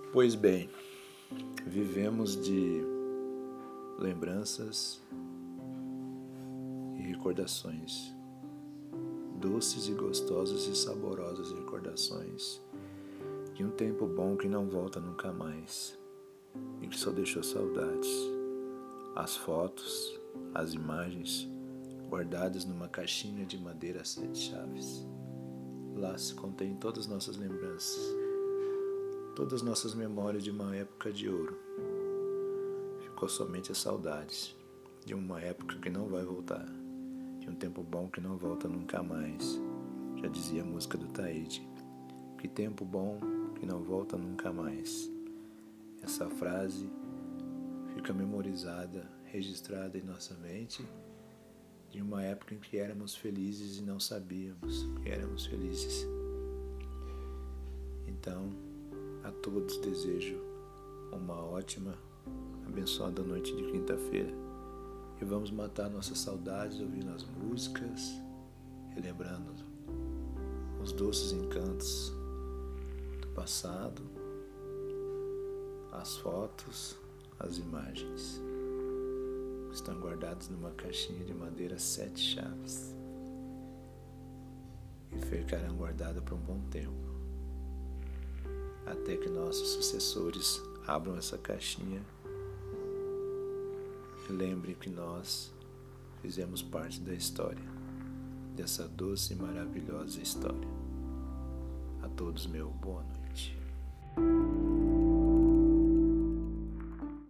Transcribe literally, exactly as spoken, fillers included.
Pois bem, vivemos de lembranças e recordações, doces e gostosas e saborosas recordações de um tempo bom que não volta nunca mais e que só deixou saudades. As fotos, as imagens guardadas numa caixinha de madeira a sete chaves. Lá se contém todas as nossas lembranças, todas as nossas memórias de uma época de ouro. Ficou somente as saudades de uma época que não vai voltar, de um tempo bom que não volta nunca mais. Já dizia a música do Taíde, que tempo bom que não volta nunca mais. Essa frase fica memorizada, registrada em nossa mente, de uma época em que éramos felizes e não sabíamos que éramos felizes. Então, a todos desejo uma ótima, abençoada noite de quinta-feira e vamos matar nossas saudades ouvindo as músicas, relembrando os doces encantos do passado, as fotos, as imagens que estão guardadas numa caixinha de madeira sete chaves e ficarão guardadas por um bom tempo, até que nossos sucessores abram essa caixinha e lembrem que nós fizemos parte da história, dessa doce e maravilhosa história. A todos meu boa noite.